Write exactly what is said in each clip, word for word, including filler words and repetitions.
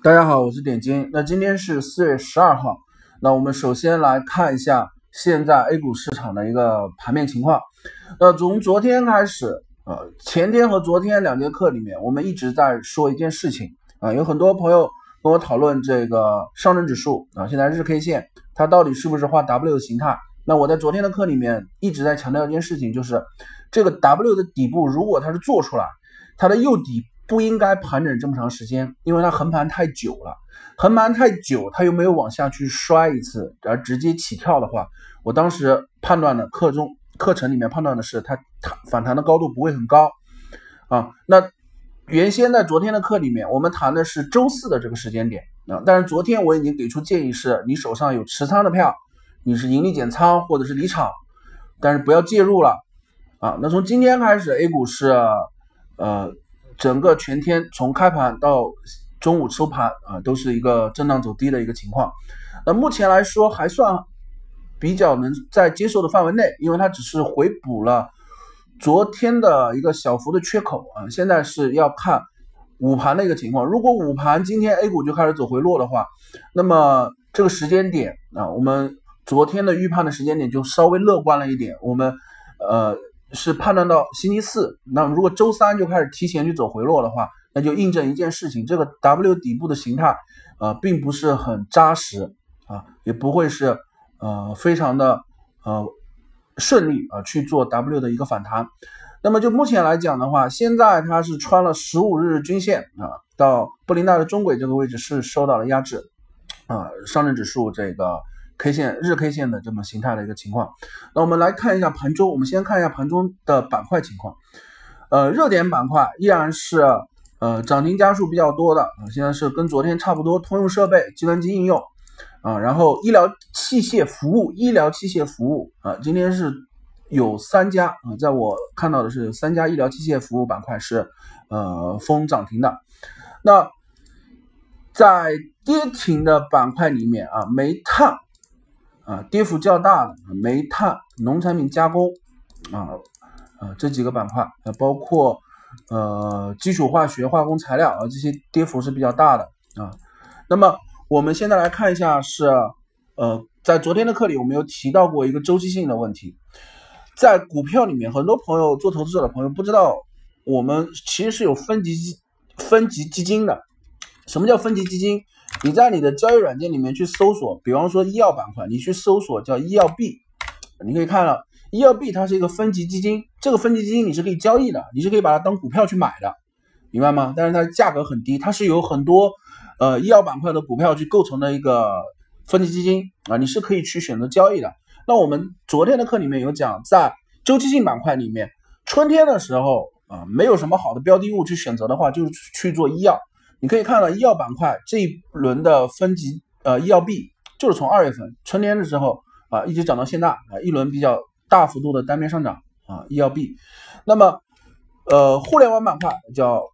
大家好，我是点金。那今天是四月十二号，那我们首先来看一下现在 A 股市场的一个盘面情况。那从昨天开始，呃，前天和昨天两节课里面，我们一直在说一件事情啊、呃，有很多朋友跟我讨论这个上证指数啊、呃，现在日 K 线它到底是不是画 W 的形态？那我在昨天的课里面一直在强调一件事情，就是这个 W 的底部如果它是做出来，它的右底不应该盘整这么长时间，因为它横盘太久了，横盘太久，它又没有往下去摔一次，而直接起跳的话，我当时判断的课中课程里面判断的是它它反弹的高度不会很高啊。那原先在昨天的课里面，我们谈的是周四的这个时间点啊，但是昨天我已经给出建议是，你手上有持仓的票，你是盈利减仓或者是离场，但是不要介入了啊。那从今天开始 ，A 股是呃。整个全天从开盘到中午收盘啊，都是一个震荡走低的一个情况。那目前来说还算比较能在接受的范围内，因为它只是回补了昨天的一个小幅的缺口啊。现在是要看午盘的一个情况。如果午盘今天 A 股就开始走回落的话，那么这个时间点啊，我们昨天的预判的时间点就稍微乐观了一点。我们呃。是判断到星期四，那如果周三就开始提前去走回落的话，那就印证一件事情，这个 W 底部的形态呃并不是很扎实啊，也不会是呃非常的呃顺利啊去做 W 的一个反弹。那么就目前来讲的话，现在它是穿了十五日均线啊，到布林带的中轨这个位置是受到了压制啊，上证指数这个K 线日 K 线的这么形态的一个情况。那我们来看一下盘中，我们先看一下盘中的板块情况。呃，热点板块依然是呃涨停家数比较多的啊，现在是跟昨天差不多，通用设备、计算机应用啊，然后医疗器械服务、医疗器械服务啊，今天是有三家啊，在我看到的是有三家医疗器械服务板块是呃封涨停的。那在跌停的板块里面啊，煤炭。啊，跌幅较大的煤炭、农产品加工啊，啊这几个板块，啊包括呃基础化学、化工材料啊，这些跌幅是比较大的啊。那么我们现在来看一下是呃，在昨天的课里我们有提到过一个周期性的问题，在股票里面，很多朋友做投资者的朋友不知道，我们其实是有分级基分级基金的。什么叫分级基金？你在你的交易软件里面去搜索，比方说医药板块，你去搜索叫医药 B， 你可以看到医药 B 它是一个分级基金，这个分级基金你是可以交易的，你是可以把它当股票去买的，明白吗？但是它价格很低，它是由很多呃医药板块的股票去构成的一个分级基金啊，你是可以去选择交易的。那我们昨天的课里面有讲，在周期性板块里面，春天的时候啊，没有什么好的标的物去选择的话，就是去做医药。你可以看到医药板块这一轮的分级，呃，医药 B 就是从二月份春天的时候啊，一直涨到现在啊，一轮比较大幅度的单边上涨啊，医药 B。那么，呃，互联网板块叫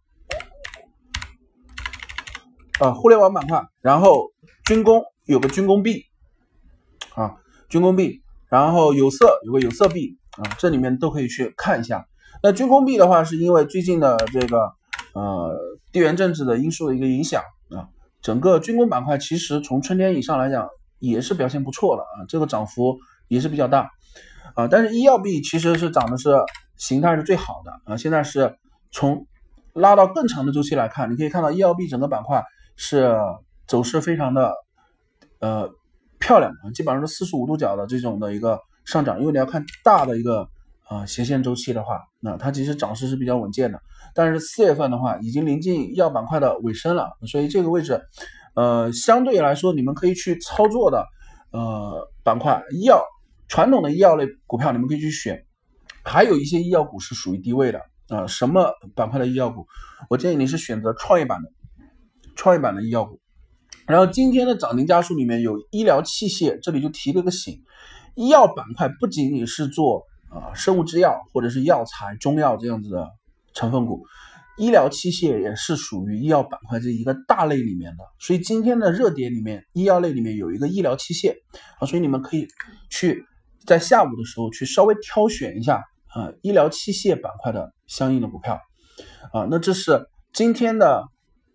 啊，互联网板块，然后军工有个军工 B 啊，军工 B， 然后有色有个有色 B 啊，这里面都可以去看一下。那军工 B 的话，是因为最近的这个呃。地缘政治的因素的一个影响啊，整个军工板块其实从春天以上来讲也是表现不错的啊，这个涨幅也是比较大啊，但是医药 B 其实是涨的是形态是最好的啊，现在是从拉到更长的周期来看，你可以看到医药 B 整个板块是走势非常的呃漂亮啊，基本上是四十五度角的这种的一个上涨，因为你要看大的一个啊、呃，斜线周期的话，那它其实涨势是比较稳健的。但是四月份的话，已经临近医药板块的尾声了，所以这个位置，呃，相对来说你们可以去操作的，呃，板块医药传统的医药类股票你们可以去选，还有一些医药股是属于低位的啊、呃。什么板块的医药股？我建议你是选择创业板的，创业板的医药股。然后今天的涨停家数里面有医疗器械，这里就提了个醒，医药板块不仅仅是做啊、呃、生物制药或者是药材、中药这样子的成分股，医疗器械也是属于医药板块这一个大类里面的，所以今天的热点里面，医药类里面有一个医疗器械啊，所以你们可以去在下午的时候去稍微挑选一下啊医疗器械板块的相应的股票啊。那这是今天的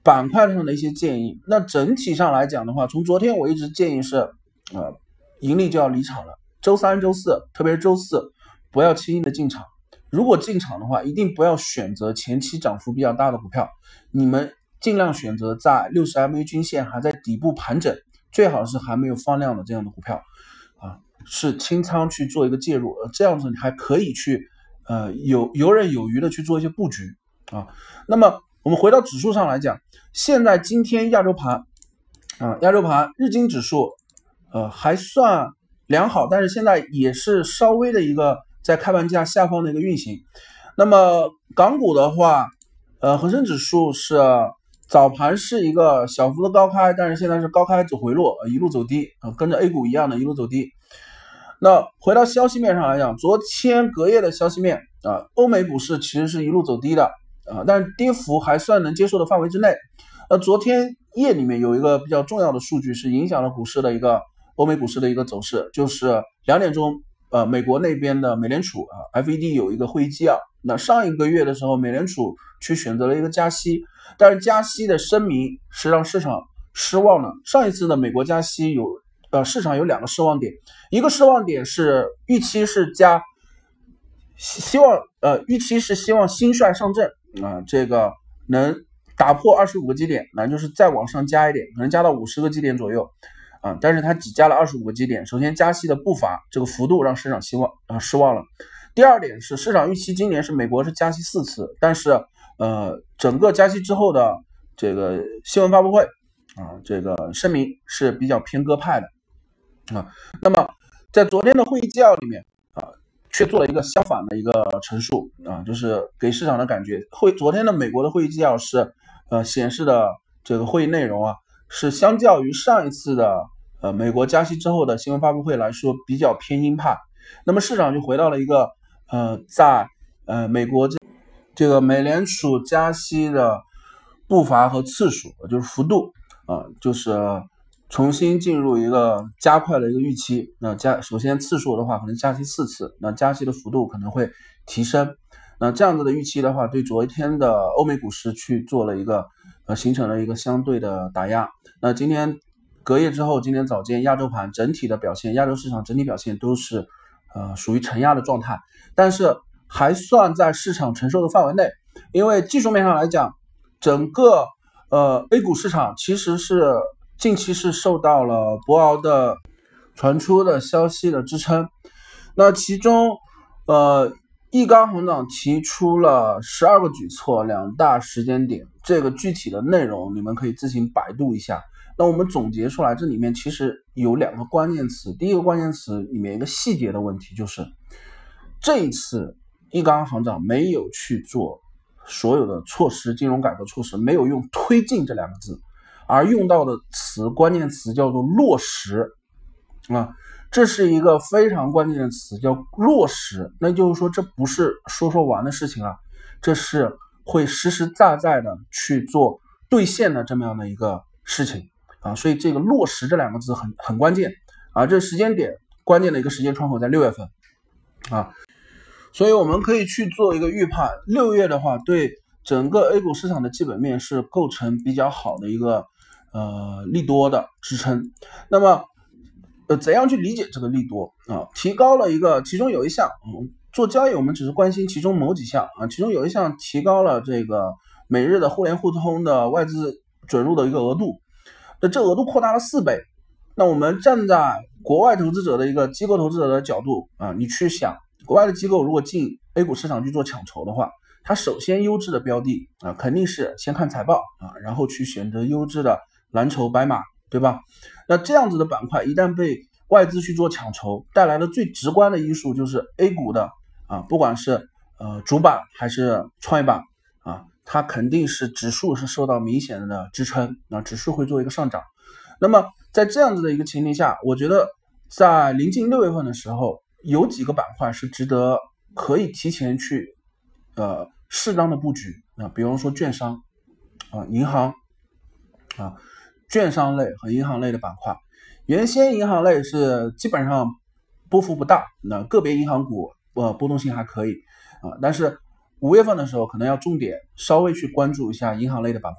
板块上的一些建议。那整体上来讲的话，从昨天我一直建议是呃盈利就要离场了，周三周四特别是周四不要轻易的进场，如果进场的话一定不要选择前期涨幅比较大的股票，你们尽量选择在 六十M A 均线还在底部盘整，最好是还没有放量的这样的股票啊，是清仓去做一个介入，这样子你还可以去呃有游刃有余的去做一些布局啊。那么我们回到指数上来讲，现在今天亚洲盘啊，亚洲盘日经指数呃还算良好，但是现在也是稍微的一个在开盘价下方的一个运行。那么港股的话，呃恒生指数是早盘是一个小幅的高开，但是现在是高开走回落，一路走低，呃、跟着 A 股一样的一路走低。那回到消息面上来讲，昨天隔夜的消息面啊，欧美股市其实是一路走低的啊，但是跌幅还算能接受的范围之内。呃，昨天夜里面有一个比较重要的数据是影响了股市的一个欧美股市的一个走势，就是两点钟，呃，美国那边的美联储啊 F E D 有一个会议纪要。那上一个月的时候，美联储去选择了一个加息，但是加息的声明是让市场失望了。上一次的美国加息有呃市场有两个失望点，一个失望点是预期是加希望呃预期是希望兴帅上阵啊、呃，这个能打破二十五个基点，那就是再往上加一点，可能加到五十个基点左右啊，但是它只加了二十五个基点。首先加息的步伐这个幅度让市场希望啊、呃、失望了。第二点是市场预期今年是美国是加息四次，但是呃整个加息之后的这个新闻发布会啊，这个声明是比较偏鸽派的啊。那么在昨天的会议纪要里面啊，却做了一个相反的一个陈述啊，就是给市场的感觉，会昨天的美国的会议纪要是呃显示的这个会议内容啊，是相较于上一次的呃美国加息之后的新闻发布会来说比较偏鹰派。那么市场就回到了一个呃在呃美国这这个美联储加息的步伐和次数，就是幅度啊、呃，就是重新进入一个加快的一个预期。那加首先次数的话，可能加息四次，那加息的幅度可能会提升。那这样子的预期的话，对昨天的欧美股市去做了一个呃形成了一个相对的打压。那今天隔夜之后，今天早间亚洲盘整体的表现，亚洲市场整体表现都是呃属于承压的状态，但是还算在市场承受的范围内。因为技术面上来讲，整个呃 A 股市场其实是近期是受到了博鳌的传出的消息的支撑。那其中呃易纲行长提出了十二个举措，两大时间点，这个具体的内容你们可以自行百度一下。那我们总结出来，这里面其实有两个关键词。第一个关键词里面一个细节的问题，就是这一次易纲行长没有去做所有的措施，金融改革措施没有用推进这两个字，而用到的词关键词叫做落实啊，这是一个非常关键的词，叫落实。那就是说这不是说说完的事情了，这是会实实在在的去做兑现的这么样的一个事情啊，所以这个落实这两个字很很关键啊，这时间点关键的一个时间窗口在六月份啊，所以我们可以去做一个预判，六月的话对整个 A 股市场的基本面是构成比较好的一个呃利多的支撑。那么呃怎样去理解这个利多啊？提高了一个，其中有一项、嗯、做交易我们只是关心其中某几项啊，其中有一项提高了这个每日的互联互通的外资准入的一个额度，那这额度扩大了四倍。那我们站在国外投资者的一个机构投资者的角度啊，你去想，国外的机构如果进 A 股市场去做抢筹的话，它首先优质的标的啊，肯定是先看财报啊，然后去选择优质的蓝筹白马，对吧？那这样子的板块一旦被外资去做抢筹，带来的最直观的因素就是 A 股的啊，不管是呃主板还是创业板啊，它肯定是指数是受到明显的支撑，那指数会做一个上涨。那么在这样子的一个情形下，我觉得在临近六月份的时候，有几个板块是值得可以提前去呃适当的布局啊，比方说券商啊、银行啊、券商类和银行类的板块。原先银行类是基本上波幅不大，那个别银行股呃波动性还可以啊，但是五月份的时候可能要重点稍微去关注一下银行类的板块了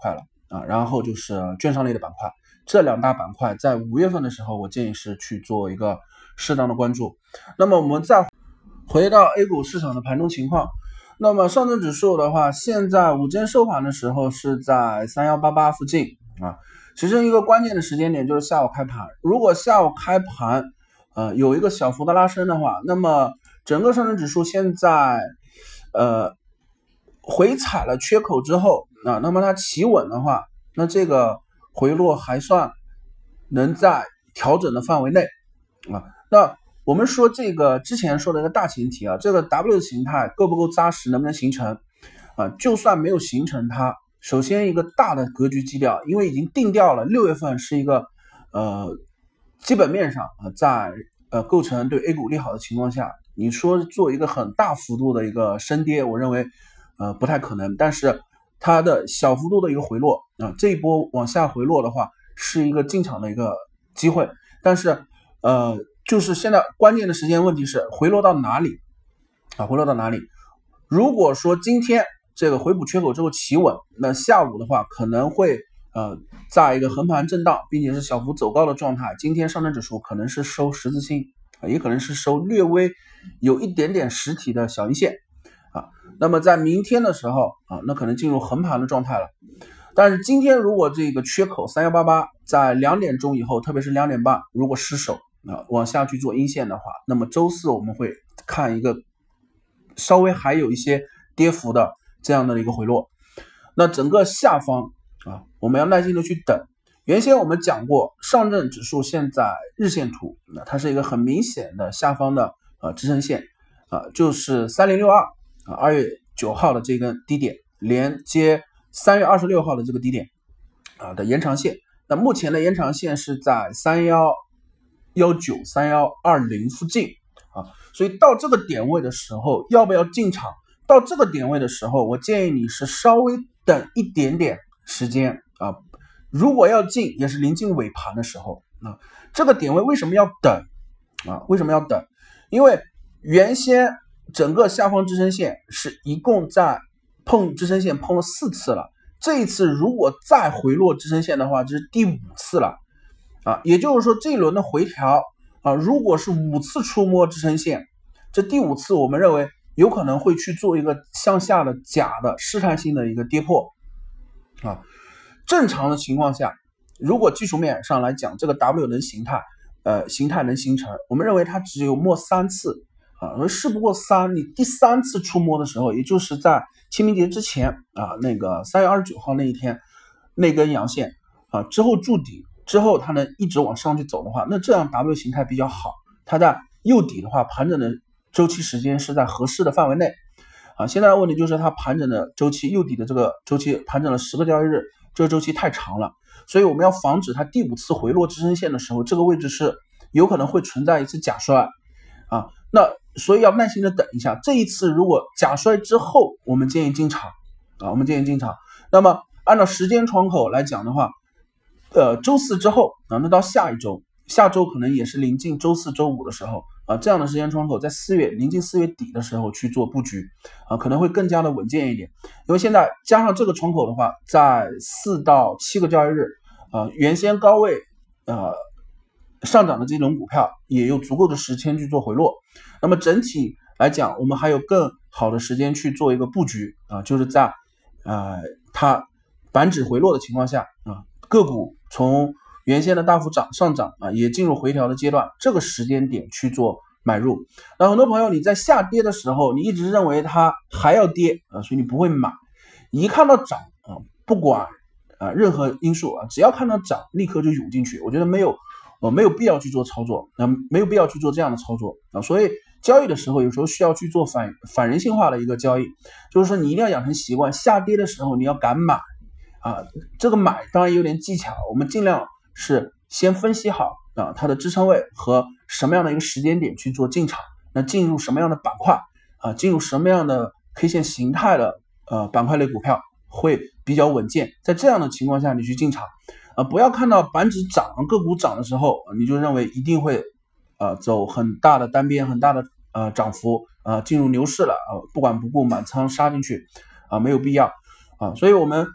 啊，然后就是券商类的板块，这两大板块在五月份的时候，我建议是去做一个适当的关注。那么我们再回到 A 股市场的盘中情况，那么上证指数的话，现在午间收盘的时候是在三一八八附近啊。其实一个关键的时间点就是下午开盘，如果下午开盘呃有一个小幅的拉升的话，那么整个上证指数现在呃回踩了缺口之后啊，那么它企稳的话，那这个回落还算能在调整的范围内啊。那我们说这个之前说的一个大前提啊，这个 W 形态够不够扎实，能不能形成啊？就算没有形成它，首先一个大的格局基调，因为已经定调了，六月份是一个呃基本面上啊，在呃构成对 A 股利好的情况下，你说做一个很大幅度的一个升跌，我认为呃不太可能。但是它的小幅度的一个回落啊，这一波往下回落的话，是一个进场的一个机会。但是呃，就是现在关键的时间问题是回落到哪里啊？回落到哪里？如果说今天这个回补缺口之后企稳，那下午的话可能会呃在一个横盘震荡，并且是小幅走高的状态。今天上证指数可能是收十字星，也可能是收略微有一点点实体的小阴线啊。那么在明天的时候啊，那可能进入横盘的状态了。但是今天如果这个缺口三一八八在两点钟以后，特别是两点半，如果失守啊往下去做阴线的话，那么周四我们会看一个稍微还有一些跌幅的这样的一个回落。那整个下方啊，我们要耐心的去等。原先我们讲过，上证指数现在日线图，那它是一个很明显的下方的呃支撑线啊，就是三零六二啊，二月九号的这根低点连接三月二十六号的这个低点啊的延长线。那目前的延长线是在三一一九、三一二零附近啊，所以到这个点位的时候，要不要进场？到这个点位的时候，我建议你是稍微等一点点时间啊。如果要进，也是临近尾盘的时候啊。这个点位为什么要等啊？为什么要等？因为原先整个下方支撑线是一共在碰支撑线碰了四次了，这一次如果再回落支撑线的话，这是第五次了啊。也就是说，这一轮的回调啊，如果是五次触摸支撑线，这第五次我们认为有可能会去做一个向下的假的试探性的一个跌破啊。正常的情况下，如果技术面上来讲，这个 W 能形态呃形态能形成，我们认为它只有摸三次啊，而事不过三，你第三次触摸的时候，也就是在清明节之前啊，那个三月二十九号那一天那根阳线啊之后筑底之后，它能一直往上去走的话，那这样 W 形态比较好。它在右底的话，盘整的周期时间是在合适的范围内啊。现在的问题就是它盘整的周期，右底的这个周期盘整了十个交易日，这个周期太长了，所以我们要防止它第五次回落支撑线的时候，这个位置是有可能会存在一次假摔啊。那所以要耐心的等一下，这一次如果假摔之后，我们建议进场啊，我们建议进场。那么按照时间窗口来讲的话，呃，周四之后啊，那到下一周，下周可能也是临近周四周五的时候啊，这样的时间窗口在四月临近四月底的时候去做布局啊，可能会更加的稳健一点。因为现在加上这个窗口的话，在四到七个交易日啊，原先高位呃上涨的这种股票也有足够的时间去做回落。那么整体来讲，我们还有更好的时间去做一个布局啊，就是在呃它板指回落的情况下啊，个股从原先的大幅涨上涨啊，也进入回调的阶段，这个时间点去做买入。那很多朋友你在下跌的时候，你一直认为它还要跌啊，所以你不会买。一看到涨啊，不管啊任何因素啊，只要看到涨，立刻就涌进去。我觉得没有呃没有必要去做操作，那、呃、没有必要去做这样的操作啊。所以交易的时候，有时候需要去做反反人性化的一个交易，就是说你一定要养成习惯，下跌的时候你要敢买啊。这个买当然有点技巧，我们尽量是先分析好啊它的支撑位和什么样的一个时间点去做进场，那进入什么样的板块啊，进入什么样的 K 线形态的呃板块类股票会比较稳健。在这样的情况下，你去进场啊，不要看到板指涨个股涨的时候，你就认为一定会呃走很大的单边很大的呃涨幅啊，进入牛市了啊，不管不顾满仓杀进去啊，没有必要啊。所以我们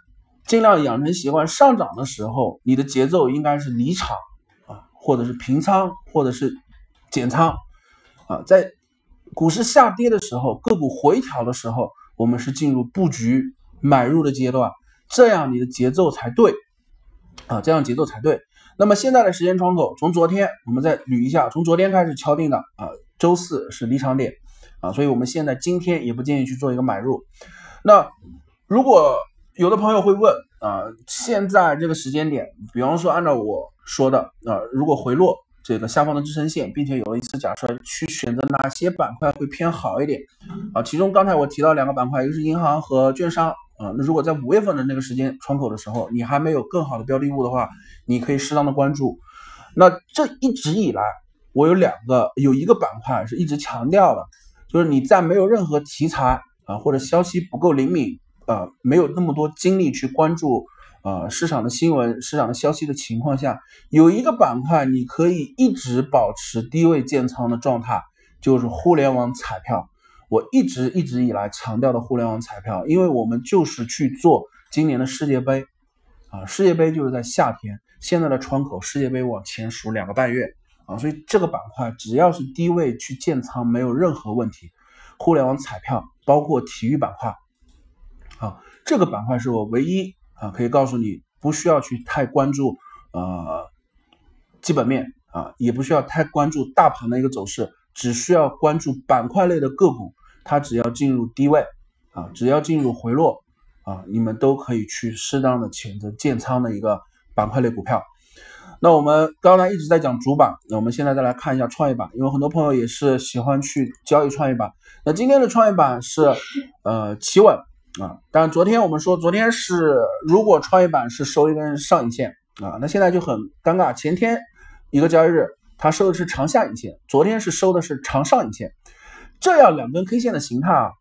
尽量养成习惯，上涨的时候你的节奏应该是离场啊，或者是平仓，或者是减仓啊。在股市下跌的时候，个股回调的时候，我们是进入布局买入的阶段，这样你的节奏才对啊，这样节奏才对。那么现在的时间窗口，从昨天我们再捋一下，从昨天开始敲定的啊，周四是离场点啊，所以我们现在今天也不建议去做一个买入。那如果有的朋友会问啊，现在这个时间点，比方说按照我说的啊，如果回落这个下方的支撑线，并且有了一次假设，去选择哪些板块会偏好一点啊？其中刚才我提到两个板块，一个是银行和券商啊。那如果在五月份的那个时间窗口的时候，你还没有更好的标的物的话，你可以适当的关注。那这一直以来，我有两个有一个板块是一直强调的，就是你在没有任何题材啊或者消息不够灵敏啊，没有那么多精力去关注呃，市场的新闻、市场的消息的情况下，有一个板块你可以一直保持低位建仓的状态，就是互联网彩票。我一直一直以来强调的互联网彩票，因为我们就是去做今年的世界杯啊，世界杯就是在夏天，现在的窗口世界杯往前数两个半月啊，所以这个板块只要是低位去建仓没有任何问题。互联网彩票包括体育板块啊，这个板块是我唯一啊，可以告诉你不需要去太关注呃基本面啊，也不需要太关注大盘的一个走势，只需要关注板块类的个股，它只要进入低位啊，只要进入回落啊，你们都可以去适当的选择建仓的一个板块类股票。那我们刚才一直在讲主板，那我们现在再来看一下创业板，因为很多朋友也是喜欢去交易创业板。那今天的创业板是呃企稳啊，但昨天我们说，昨天是如果创业板是收一根上影线啊，那现在就很尴尬。前天一个交易日，它收的是长下影线，昨天是收的是长上影线，这样两根 K 线的形态啊，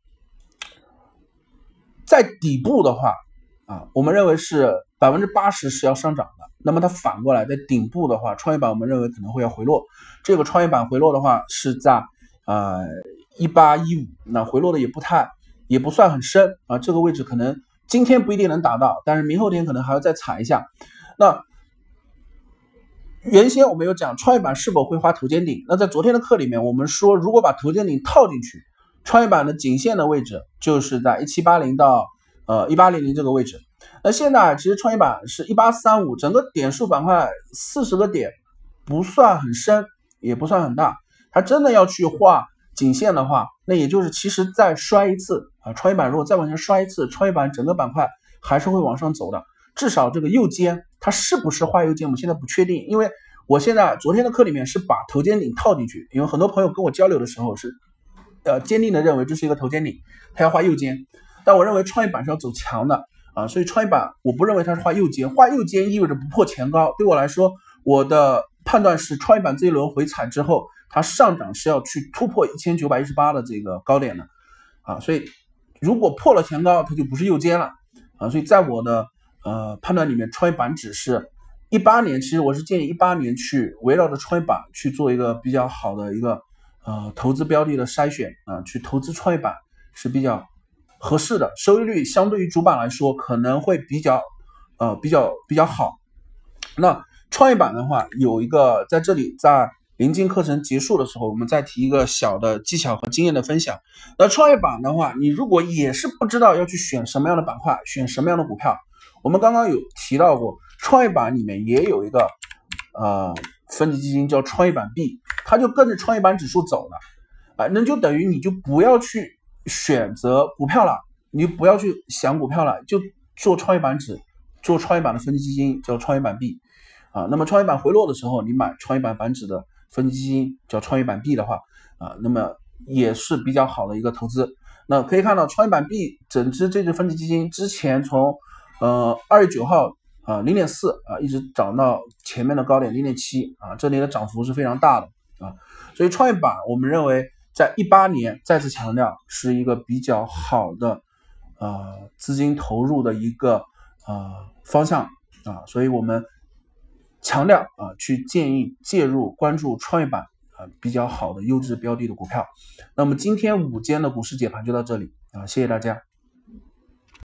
在底部的话啊，我们认为是百分之八十是要上涨的。那么它反过来在顶部的话，创业板我们认为可能会要回落。这个创业板回落的话是在呃一八一五，那回落的也不太。也不算很深啊，这个位置可能今天不一定能达到，但是明后天可能还要再踩一下。那原先我们有讲创业板是否会画头肩顶，那在昨天的课里面我们说，如果把头肩顶套进去，创业板的颈线的位置就是在一七八零到呃一八零零这个位置。那现在其实创业板是一八三五，整个点数板块四十个点不算很深，也不算很大，它真的要去画颈线的话，那也就是其实再摔一次啊，创业板如果再往下摔一次，创业板整个板块还是会往上走的。至少这个右肩它是不是画右肩，我们现在不确定，因为我现在昨天的课里面是把头肩顶套进去，因为很多朋友跟我交流的时候是呃坚定的认为这是一个头肩顶，它要画右肩，但我认为创业板是要走强的啊，所以创业板我不认为它是画右肩，画右肩意味着不破前高，对我来说，我的判断是创业板这一轮回踩之后，它上涨是要去突破一千九百一十八的这个高点的啊，所以如果破了前高，它就不是右肩了啊，所以在我的呃判断里面，创业板指是一八年，其实我是建议一八年去围绕着创业板去做一个比较好的一个呃投资标的的筛选啊，去投资创业板是比较合适的，收益率相对于主板来说可能会比较呃比较比较好。那创业板的话，有一个在这里在临近课程结束的时候，我们再提一个小的技巧和经验的分享。那创业板的话，你如果也是不知道要去选什么样的板块，选什么样的股票，我们刚刚有提到过，创业板里面也有一个呃分级基金叫创业板 B， 它就跟着创业板指数走的啊、呃，那就等于你就不要去选择股票了，你就不要去想股票了，就做创业板指，做创业板的分级基金叫创业板 B 啊。那么创业板回落的时候，你买创业板板指的分级基金叫创业板 B 的话啊，那么也是比较好的一个投资。那可以看到创业板 B 整支这支分级基金之前从呃二月九号啊 零点四 啊一直涨到前面的高点 零点七 啊，这里的涨幅是非常大的啊。所以创业板我们认为在一八年再次强调是一个比较好的呃资金投入的一个呃方向啊，所以我们强调啊，去建议介入关注创业板啊比较好的优质标的的股票。那么今天午间的股市解盘就到这里啊，谢谢大家。